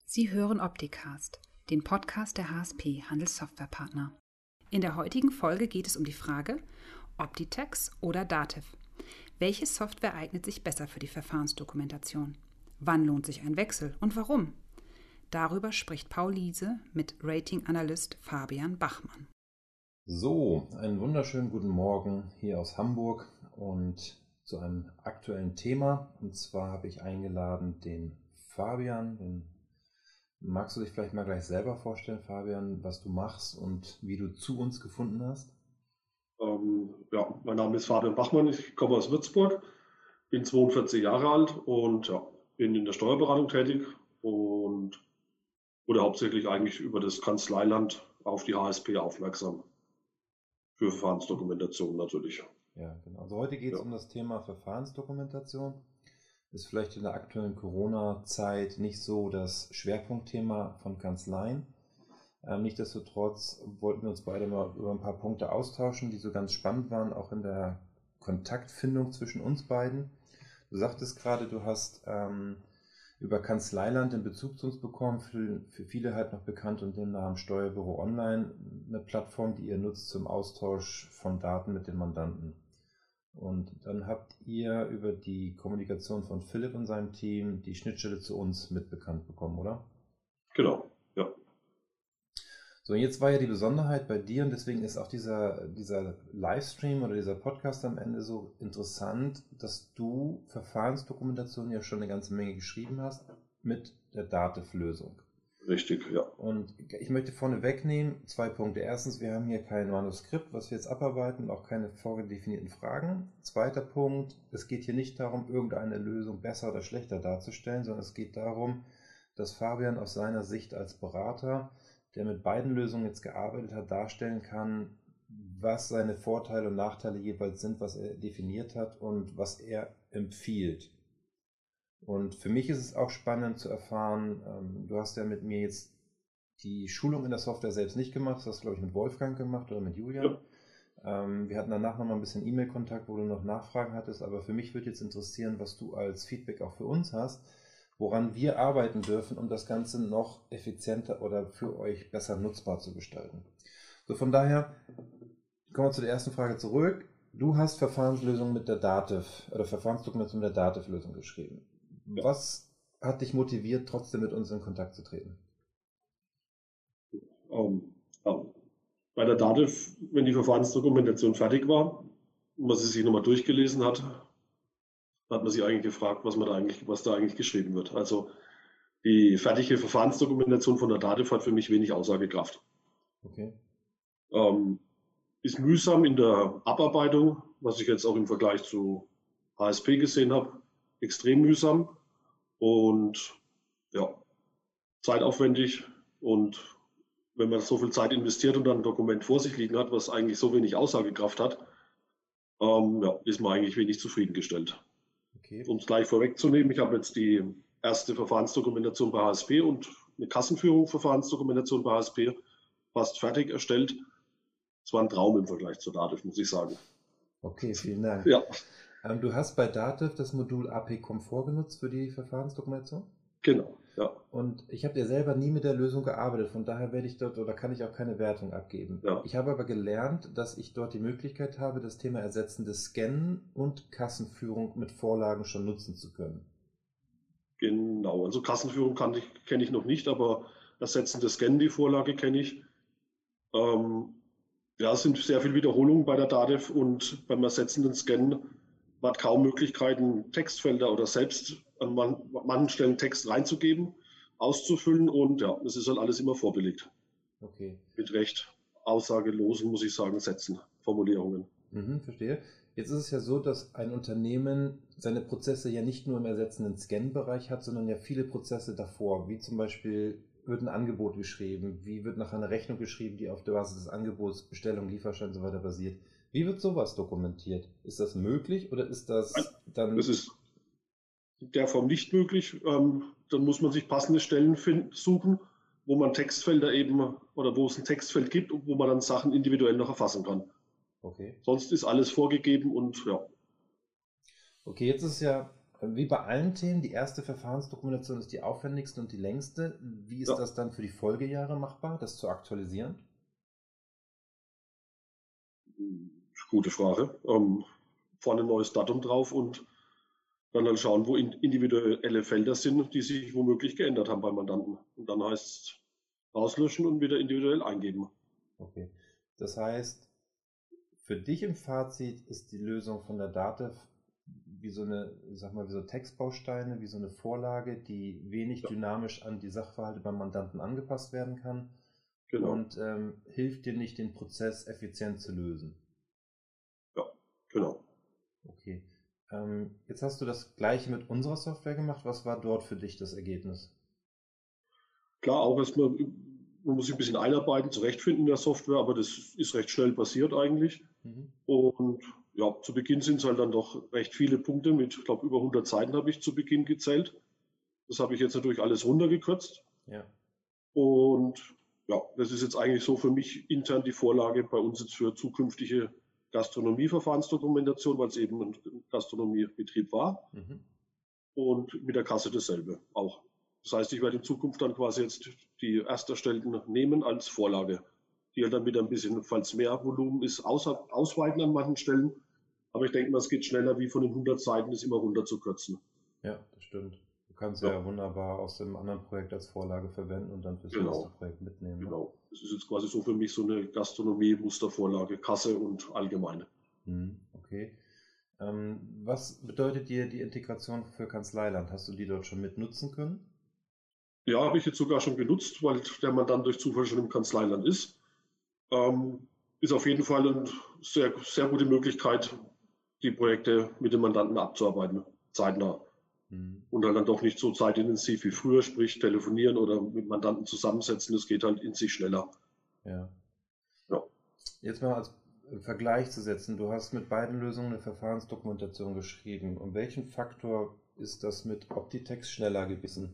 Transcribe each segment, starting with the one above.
Sie hören Opticast, den Podcast der HSP Handelssoftwarepartner. In der heutigen Folge geht es um die Frage, Optitex oder Dativ. Welche Software eignet sich besser für die Verfahrensdokumentation? Wann lohnt sich ein Wechsel und warum? Darüber spricht Paul Liese mit Rating-Analyst Fabian Bachmann. So, einen wunderschönen guten Morgen hier aus Hamburg und zu einem aktuellen Thema. Und zwar habe ich eingeladen den Fabian. Magst du dich vielleicht mal gleich selber vorstellen, Fabian, was du machst und wie du zu uns gefunden hast? Mein Name ist Fabian Bachmann, ich komme aus Würzburg, bin 42 Jahre alt und bin in der Steuerberatung tätig und wurde hauptsächlich eigentlich über das Kanzleiland auf die HSP aufmerksam. Für Verfahrensdokumentation natürlich. Ja, genau. Also heute geht es um das Thema Verfahrensdokumentation. Ist vielleicht in der aktuellen Corona-Zeit nicht so das Schwerpunktthema von Kanzleien. Nichtsdestotrotz wollten wir uns beide mal über ein paar Punkte austauschen, die so ganz spannend waren, auch in der Kontaktfindung zwischen uns beiden. Du sagtest gerade, du hast über Kanzleiland den Bezug zu uns bekommen, für viele halt noch bekannt unter dem Namen Steuerbüro Online, eine Plattform, die ihr nutzt zum Austausch von Daten mit den Mandanten. Und dann habt ihr über die Kommunikation von Philipp und seinem Team die Schnittstelle zu uns mitbekannt bekommen, oder? Genau, ja. So, jetzt war ja die Besonderheit bei dir und deswegen ist auch dieser Livestream oder dieser Podcast am Ende so interessant, dass du Verfahrensdokumentation ja schon eine ganze Menge geschrieben hast mit der Dativ-Lösung. Richtig, ja. Und ich möchte vorne wegnehmen 2 Punkte. Erstens, wir haben hier kein Manuskript, was wir jetzt abarbeiten, auch keine vorgedefinierten Fragen. 2. Punkt, es geht hier nicht darum, irgendeine Lösung besser oder schlechter darzustellen, sondern es geht darum, dass Fabian aus seiner Sicht als Berater, der mit beiden Lösungen jetzt gearbeitet hat, darstellen kann, was seine Vorteile und Nachteile jeweils sind, was er definiert hat und was er empfiehlt. Und für mich ist es auch spannend zu erfahren, du hast ja mit mir jetzt die Schulung in der Software selbst nicht gemacht, das hast du, glaube ich, mit Wolfgang gemacht oder mit Julian. Ja. Wir hatten danach nochmal ein bisschen E-Mail-Kontakt, wo du noch Nachfragen hattest, aber für mich würde jetzt interessieren, was du als Feedback auch für uns hast, woran wir arbeiten dürfen, um das Ganze noch effizienter oder für euch besser nutzbar zu gestalten. So, von daher kommen wir zu der ersten Frage zurück. Du hast Verfahrenslösungen mit der Dativ oder Verfahrensdokumentation mit der Dativ-Lösung geschrieben. Ja. Was hat dich motiviert, trotzdem mit uns in Kontakt zu treten? Bei der Dativ, wenn die Verfahrensdokumentation fertig war und man sie sich nochmal durchgelesen hat, hat man sich eigentlich gefragt, was da eigentlich geschrieben wird. Also die fertige Verfahrensdokumentation von der Dativ hat für mich wenig Aussagekraft. Okay. Ist mühsam in der Abarbeitung, was ich jetzt auch im Vergleich zu HSP gesehen habe, extrem mühsam und zeitaufwendig. Und wenn man so viel Zeit investiert und dann ein Dokument vor sich liegen hat, was eigentlich so wenig Aussagekraft hat, ist man eigentlich wenig zufriedengestellt. Okay. Um es gleich vorwegzunehmen, ich habe jetzt die erste Verfahrensdokumentation bei HSP und eine Kassenführung Verfahrensdokumentation bei HSP fast fertig erstellt. Es war ein Traum im Vergleich zur Dativ, muss ich sagen. Okay, vielen Dank. Ja. Du hast bei Dativ das Modul AP Komfort genutzt für die Verfahrensdokumentation? Genau, ja. Und ich habe ja selber nie mit der Lösung gearbeitet, von daher werde ich dort oder kann ich auch keine Wertung abgeben. Ja. Ich habe aber gelernt, dass ich dort die Möglichkeit habe, das Thema ersetzendes Scannen und Kassenführung mit Vorlagen schon nutzen zu können. Genau, also Kassenführung kenne ich noch nicht, aber ersetzendes Scannen, die Vorlage kenne ich. Es sind sehr viele Wiederholungen bei der Dativ und beim ersetzenden Scannen man hat kaum Möglichkeiten, Textfelder oder selbst an manchen Stellen Text reinzugeben, auszufüllen und das ist halt alles immer vorbelegt. Okay. Mit recht aussagelosen, muss ich sagen, Sätzen, Formulierungen. Verstehe. Jetzt ist es ja so, dass ein Unternehmen seine Prozesse ja nicht nur im ersetzenden Scan-Bereich hat, sondern ja viele Prozesse davor, wie zum Beispiel wird ein Angebot geschrieben, wie wird nachher eine Rechnung geschrieben, die auf der Basis des Angebots, Bestellung, Lieferschein und so weiter basiert. Wie wird sowas dokumentiert? Ist das möglich oder ist das dann... Das ist in der Form nicht möglich. Dann muss man sich passende Stellen suchen, wo man Textfelder oder wo es ein Textfeld gibt und wo man dann Sachen individuell noch erfassen kann. Okay. Sonst ist alles vorgegeben und Okay, jetzt ist es ja Wie bei allen Themen, die erste Verfahrensdokumentation ist die aufwendigste und die längste. Wie ist das dann für die Folgejahre machbar, das zu aktualisieren? Gute Frage. Vorne ein neues Datum drauf und dann halt schauen, wo individuelle Felder sind, die sich womöglich geändert haben beim Mandanten. Und dann heißt es rauslöschen und wieder individuell eingeben. Okay. Das heißt, für dich im Fazit ist die Lösung von der DATEV wie so eine, sag mal, wie so Textbausteine, wie so eine Vorlage, die wenig dynamisch an die Sachverhalte beim Mandanten angepasst werden kann und hilft dir nicht, den Prozess effizient zu lösen. Ja, genau. Okay. Jetzt hast du das Gleiche mit unserer Software gemacht. Was war dort für dich das Ergebnis? Klar, auch erstmal, man muss sich ein bisschen einarbeiten, zurechtfinden in der Software, aber das ist recht schnell passiert eigentlich. Und ja, zu Beginn sind es halt dann doch recht viele Punkte mit, ich glaube, über 100 Seiten habe ich zu Beginn gezählt. Das habe ich jetzt natürlich alles runtergekürzt. Ja. Und ja, das ist jetzt eigentlich so für mich intern die Vorlage bei uns jetzt für zukünftige Gastronomieverfahrensdokumentation, weil es eben ein Gastronomiebetrieb war. Und mit der Kasse dasselbe auch. Das heißt, ich werde in Zukunft dann quasi jetzt die ersterstellten nehmen als Vorlage, die halt dann wieder ein bisschen, falls mehr Volumen ist, ausweiten an manchen Stellen. Aber ich denke mal, es geht schneller, wie von den 100 Seiten das immer runter zu kürzen. Ja, das stimmt. Du kannst ja wunderbar aus dem anderen Projekt als Vorlage verwenden und dann fürs nächste Projekt mitnehmen. Genau. Das ist jetzt quasi so für mich so eine Gastronomie-Mustervorlage, Kasse und allgemeine. Okay. Was bedeutet dir die Integration für Kanzleiland? Hast du die dort schon mit nutzen können? Ja, habe ich jetzt sogar schon genutzt, weil der Mandant durch Zufall schon im Kanzleiland ist. Ist auf jeden Fall eine sehr, sehr gute Möglichkeit, die Projekte mit dem Mandanten abzuarbeiten, zeitnah. Und dann doch nicht so zeitintensiv wie früher, sprich telefonieren oder mit Mandanten zusammensetzen, das geht halt in sich schneller. Ja. Jetzt mal als Vergleich zu setzen, du hast mit beiden Lösungen eine Verfahrensdokumentation geschrieben. Um welchen Faktor ist das mit Optitex schneller gewesen?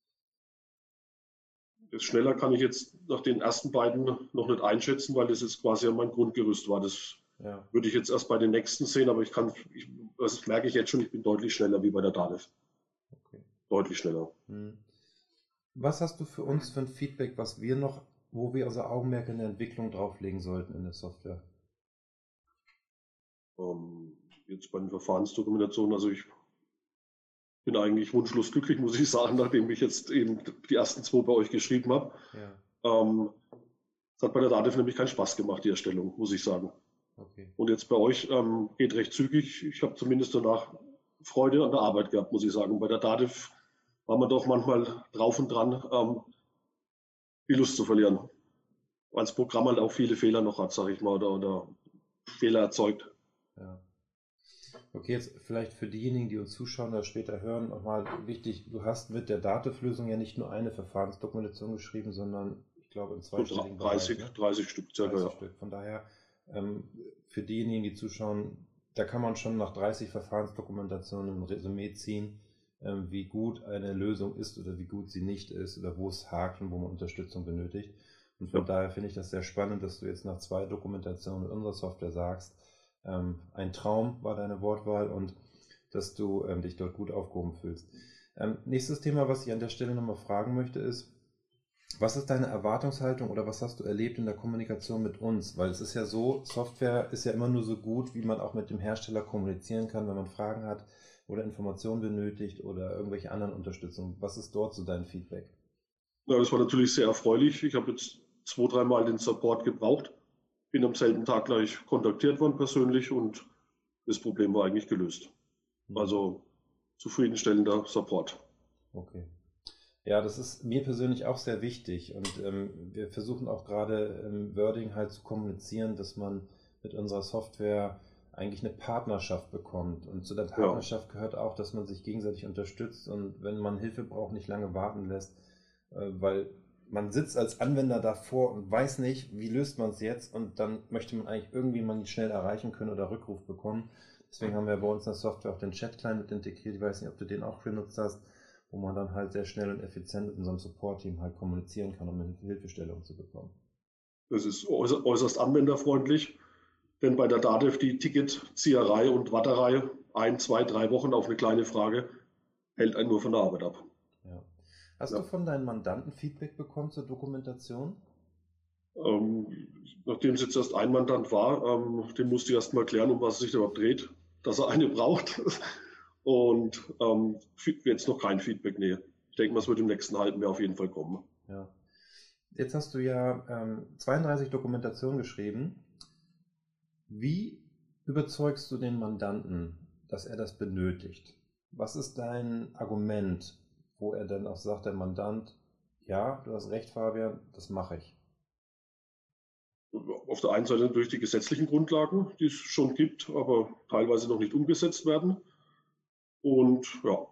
Das schneller kann ich jetzt nach den ersten beiden noch nicht einschätzen, weil das jetzt quasi mein Grundgerüst war. Das würde ich jetzt erst bei den nächsten sehen, aber das merke ich jetzt schon, ich bin deutlich schneller wie bei der DATEV. Okay. Deutlich schneller. Was hast du für uns für ein Feedback, wo wir unser Augenmerk in der Entwicklung drauflegen sollten in der Software? Jetzt bei den Verfahrensdokumentationen, also ich bin eigentlich wunschlos glücklich, muss ich sagen, nachdem ich jetzt eben die ersten 2 bei euch geschrieben habe. Es hat bei der DATEV nämlich keinen Spaß gemacht, die Erstellung, muss ich sagen. Okay. Und jetzt bei euch geht recht zügig. Ich habe zumindest danach Freude an der Arbeit gehabt, muss ich sagen. Bei der DATEV war man doch manchmal drauf und dran, die Lust zu verlieren. Weil das Programm halt auch viele Fehler noch hat, sage ich mal, oder Fehler erzeugt. Ja. Okay, jetzt vielleicht für diejenigen, die uns zuschauen oder später hören, nochmal wichtig, du hast mit der DATEV-Lösung ja nicht nur eine Verfahrensdokumentation geschrieben, sondern ich glaube im zweistelligen Bereich. 30 Stück circa, 30 Stück. Von daher, für diejenigen, die zuschauen, da kann man schon nach 30 Verfahrensdokumentationen ein Resümee ziehen, wie gut eine Lösung ist oder wie gut sie nicht ist oder wo es hakt und wo man Unterstützung benötigt. Und von daher finde ich das sehr spannend, dass du jetzt nach 2 Dokumentationen mit unserer Software sagst, ein Traum war deine Wortwahl und dass du dich dort gut aufgehoben fühlst. Nächstes Thema, was ich an der Stelle nochmal fragen möchte, ist, was ist deine Erwartungshaltung oder was hast du erlebt in der Kommunikation mit uns? Weil es ist ja so, Software ist ja immer nur so gut, wie man auch mit dem Hersteller kommunizieren kann, wenn man Fragen hat oder Informationen benötigt oder irgendwelche anderen Unterstützung. Was ist dort so dein Feedback? Ja, das war natürlich sehr erfreulich. Ich habe jetzt 2, 3 Mal den Support gebraucht. Bin am selben Tag gleich kontaktiert worden persönlich und das Problem war eigentlich gelöst. Also zufriedenstellender Support. Okay. Ja, das ist mir persönlich auch sehr wichtig und wir versuchen auch gerade im Wording halt zu kommunizieren, dass man mit unserer Software eigentlich eine Partnerschaft bekommt und zu der Partnerschaft gehört auch, dass man sich gegenseitig unterstützt und wenn man Hilfe braucht, nicht lange warten lässt, weil man sitzt als Anwender davor und weiß nicht, wie löst man es jetzt und dann möchte man eigentlich irgendwie mal schnell erreichen können oder Rückruf bekommen. Deswegen haben wir bei uns in der Software auch den Chat-Client mit integriert. Ich weiß nicht, ob du den auch benutzt hast, wo man dann halt sehr schnell und effizient mit unserem Support-Team halt kommunizieren kann, um eine Hilfestellung zu bekommen. Das ist äußerst anwenderfreundlich, denn bei der DATEV die Ticketzieherei und Warterei 1, 2, 3 Wochen auf eine kleine Frage hält einen nur von der Arbeit ab. Ja. Hast du von deinen Mandanten Feedback bekommen zur Dokumentation? Nachdem es jetzt erst ein Mandant war, dem musste ich erst mal erklären, um was es sich überhaupt dreht, dass er eine braucht. Und jetzt noch kein Feedback, nee. Ich denke mal, es wird im nächsten halben Jahr auf jeden Fall kommen. Ja. Jetzt hast du ja 32 Dokumentationen geschrieben. Wie überzeugst du den Mandanten, dass er das benötigt? Was ist dein Argument, wo er dann auch sagt, der Mandant, ja, du hast recht, Fabian, das mache ich? Auf der einen Seite natürlich die gesetzlichen Grundlagen, die es schon gibt, aber teilweise noch nicht umgesetzt werden. Und ja,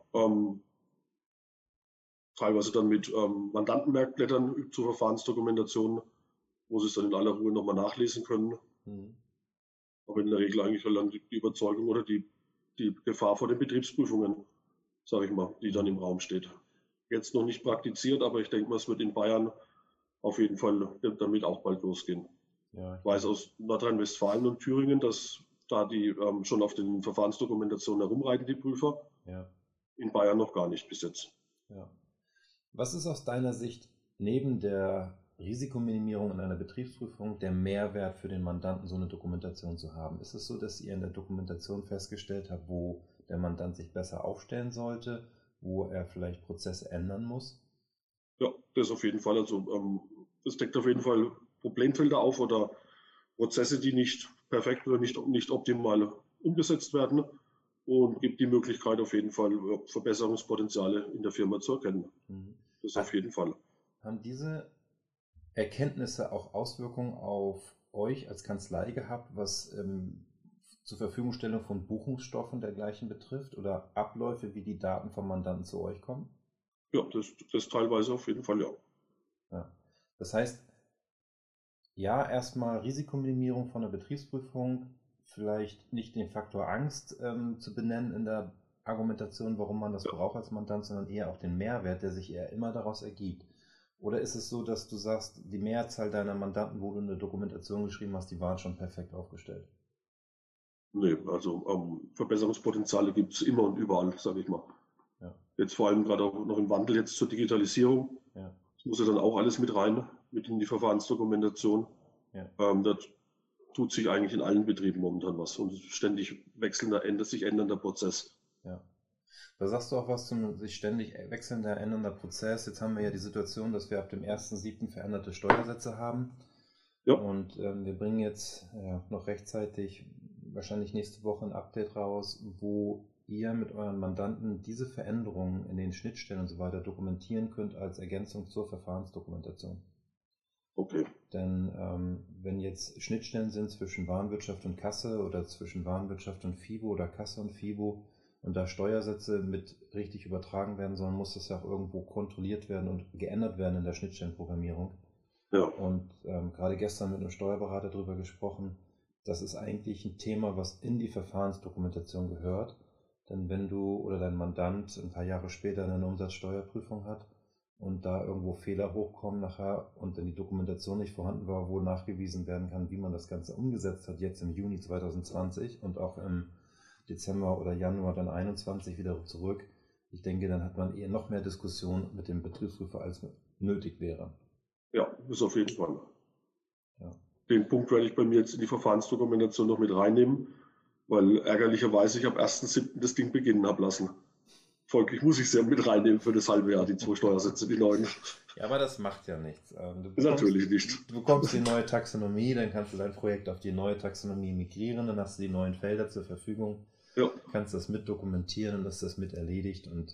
teilweise dann mit Mandantenmerkblättern zur Verfahrensdokumentation, wo sie es dann in aller Ruhe nochmal nachlesen können. Aber in der Regel eigentlich dann die Überzeugung oder die Gefahr vor den Betriebsprüfungen, sage ich mal, die dann im Raum steht. Jetzt noch nicht praktiziert, aber ich denke mal, es wird in Bayern auf jeden Fall damit auch bald losgehen. Ja, ich weiß aus Nordrhein-Westfalen und Thüringen, dass da die schon auf den Verfahrensdokumentationen herumreiten, die Prüfer. Ja. In Bayern noch gar nicht bis jetzt. Ja. Was ist aus deiner Sicht neben der Risikominimierung in einer Betriebsprüfung der Mehrwert für den Mandanten, so eine Dokumentation zu haben? Ist es so, dass ihr in der Dokumentation festgestellt habt, wo der Mandant sich besser aufstellen sollte, wo er vielleicht Prozesse ändern muss? Ja, das auf jeden Fall. Also das deckt auf jeden Fall Problemfelder auf oder Prozesse, die nicht perfekt oder nicht optimal umgesetzt werden und gibt die Möglichkeit auf jeden Fall Verbesserungspotenziale in der Firma zu erkennen. Das auf jeden Fall. Haben diese Erkenntnisse auch Auswirkungen auf euch als Kanzlei gehabt, was zur Verfügungstellung von Buchungsstoffen dergleichen betrifft oder Abläufe, wie die Daten vom Mandanten zu euch kommen? Ja, das teilweise auf jeden Fall, ja. Ja. Das heißt, ja, erstmal Risikominimierung von der Betriebsprüfung, vielleicht nicht den Faktor Angst zu benennen in der Argumentation, warum man das braucht als Mandant, sondern eher auch den Mehrwert, der sich eher immer daraus ergibt. Oder ist es so, dass du sagst, die Mehrzahl deiner Mandanten, wo du eine Dokumentation geschrieben hast, die waren schon perfekt aufgestellt? Nee, also Verbesserungspotenziale gibt es immer und überall, sage ich mal. Ja. Jetzt vor allem gerade auch noch im Wandel jetzt zur Digitalisierung. Ja. Das muss ja dann auch alles mit rein, mit in die Verfahrensdokumentation. Ja. Da tut sich eigentlich in allen Betrieben momentan was und ständig sich ändernder Prozess. Ja. Da sagst du auch was zum sich ständig wechselnder, ändernder Prozess. Jetzt haben wir ja die Situation, dass wir ab dem 1.7. veränderte Steuersätze haben. Ja. Und wir bringen jetzt noch rechtzeitig, wahrscheinlich nächste Woche, ein Update raus, wo ihr mit euren Mandanten diese Veränderungen in den Schnittstellen und so weiter dokumentieren könnt als Ergänzung zur Verfahrensdokumentation. Okay. Denn wenn jetzt Schnittstellen sind zwischen Warenwirtschaft und Kasse oder zwischen Warenwirtschaft und FIBO oder Kasse und FIBO und da Steuersätze mit richtig übertragen werden sollen, muss das ja auch irgendwo kontrolliert werden und geändert werden in der Schnittstellenprogrammierung. Ja. Und gerade gestern mit einem Steuerberater darüber gesprochen, das ist eigentlich ein Thema, was in die Verfahrensdokumentation gehört. Denn wenn du oder dein Mandant ein paar Jahre später eine Umsatzsteuerprüfung hat und da irgendwo Fehler hochkommen nachher und dann die Dokumentation nicht vorhanden war, wo nachgewiesen werden kann, wie man das Ganze umgesetzt hat, jetzt im Juni 2020 und auch im Dezember oder Januar dann 2021 wieder zurück. Ich denke, dann hat man eher noch mehr Diskussion mit dem Betriebsprüfer, als nötig wäre. Ja, ist auf jeden Fall. Ja. Den Punkt werde ich bei mir jetzt in die Verfahrensdokumentation noch mit reinnehmen, weil ärgerlicherweise ich am 1.7. das Ding beginnen habe lassen. Folglich muss ich es ja mit reinnehmen für das halbe Jahr, die 2 Steuersätze, die neuen. Ja, aber das macht ja nichts. Natürlich nicht. Du bekommst die neue Taxonomie, dann kannst du dein Projekt auf die neue Taxonomie migrieren, dann hast du die neuen Felder zur Verfügung, kannst das mit dokumentieren und ist das mit erledigt. Und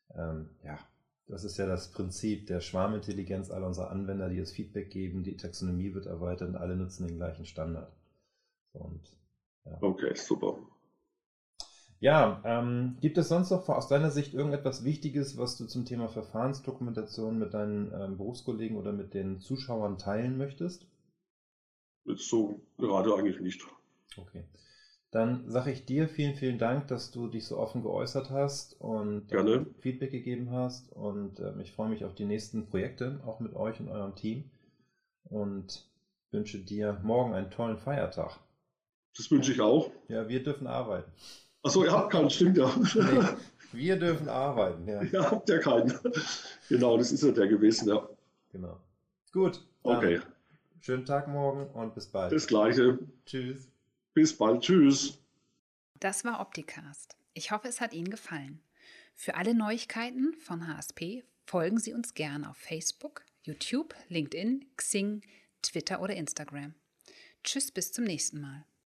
das ist ja das Prinzip der Schwarmintelligenz aller unserer Anwender, die das Feedback geben, die Taxonomie wird erweitert und alle nutzen den gleichen Standard. Okay, super. Ja, gibt es sonst noch aus deiner Sicht irgendetwas Wichtiges, was du zum Thema Verfahrensdokumentation mit deinen Berufskollegen oder mit den Zuschauern teilen möchtest? Jetzt so gerade eigentlich nicht. Okay. Dann sage ich dir vielen, vielen Dank, dass du dich so offen geäußert hast und Feedback gegeben hast. Und ich freue mich auf die nächsten Projekte, auch mit euch und eurem Team. Und wünsche dir morgen einen tollen Feiertag. Das wünsche ich auch. Ja, wir dürfen arbeiten. Achso, ihr habt keinen, stimmt ja. Nee, wir dürfen arbeiten, ja. Ihr habt ja keinen. Genau, das ist ja der gewesen, ja. Genau. Gut, dann Okay, schönen Tag morgen und bis bald. das Gleiche. Tschüss. Bis bald. Tschüss. Das war Opticast. Ich hoffe, es hat Ihnen gefallen. Für alle Neuigkeiten von HSP folgen Sie uns gern auf Facebook, YouTube, LinkedIn, Xing, Twitter oder Instagram. Tschüss, bis zum nächsten Mal.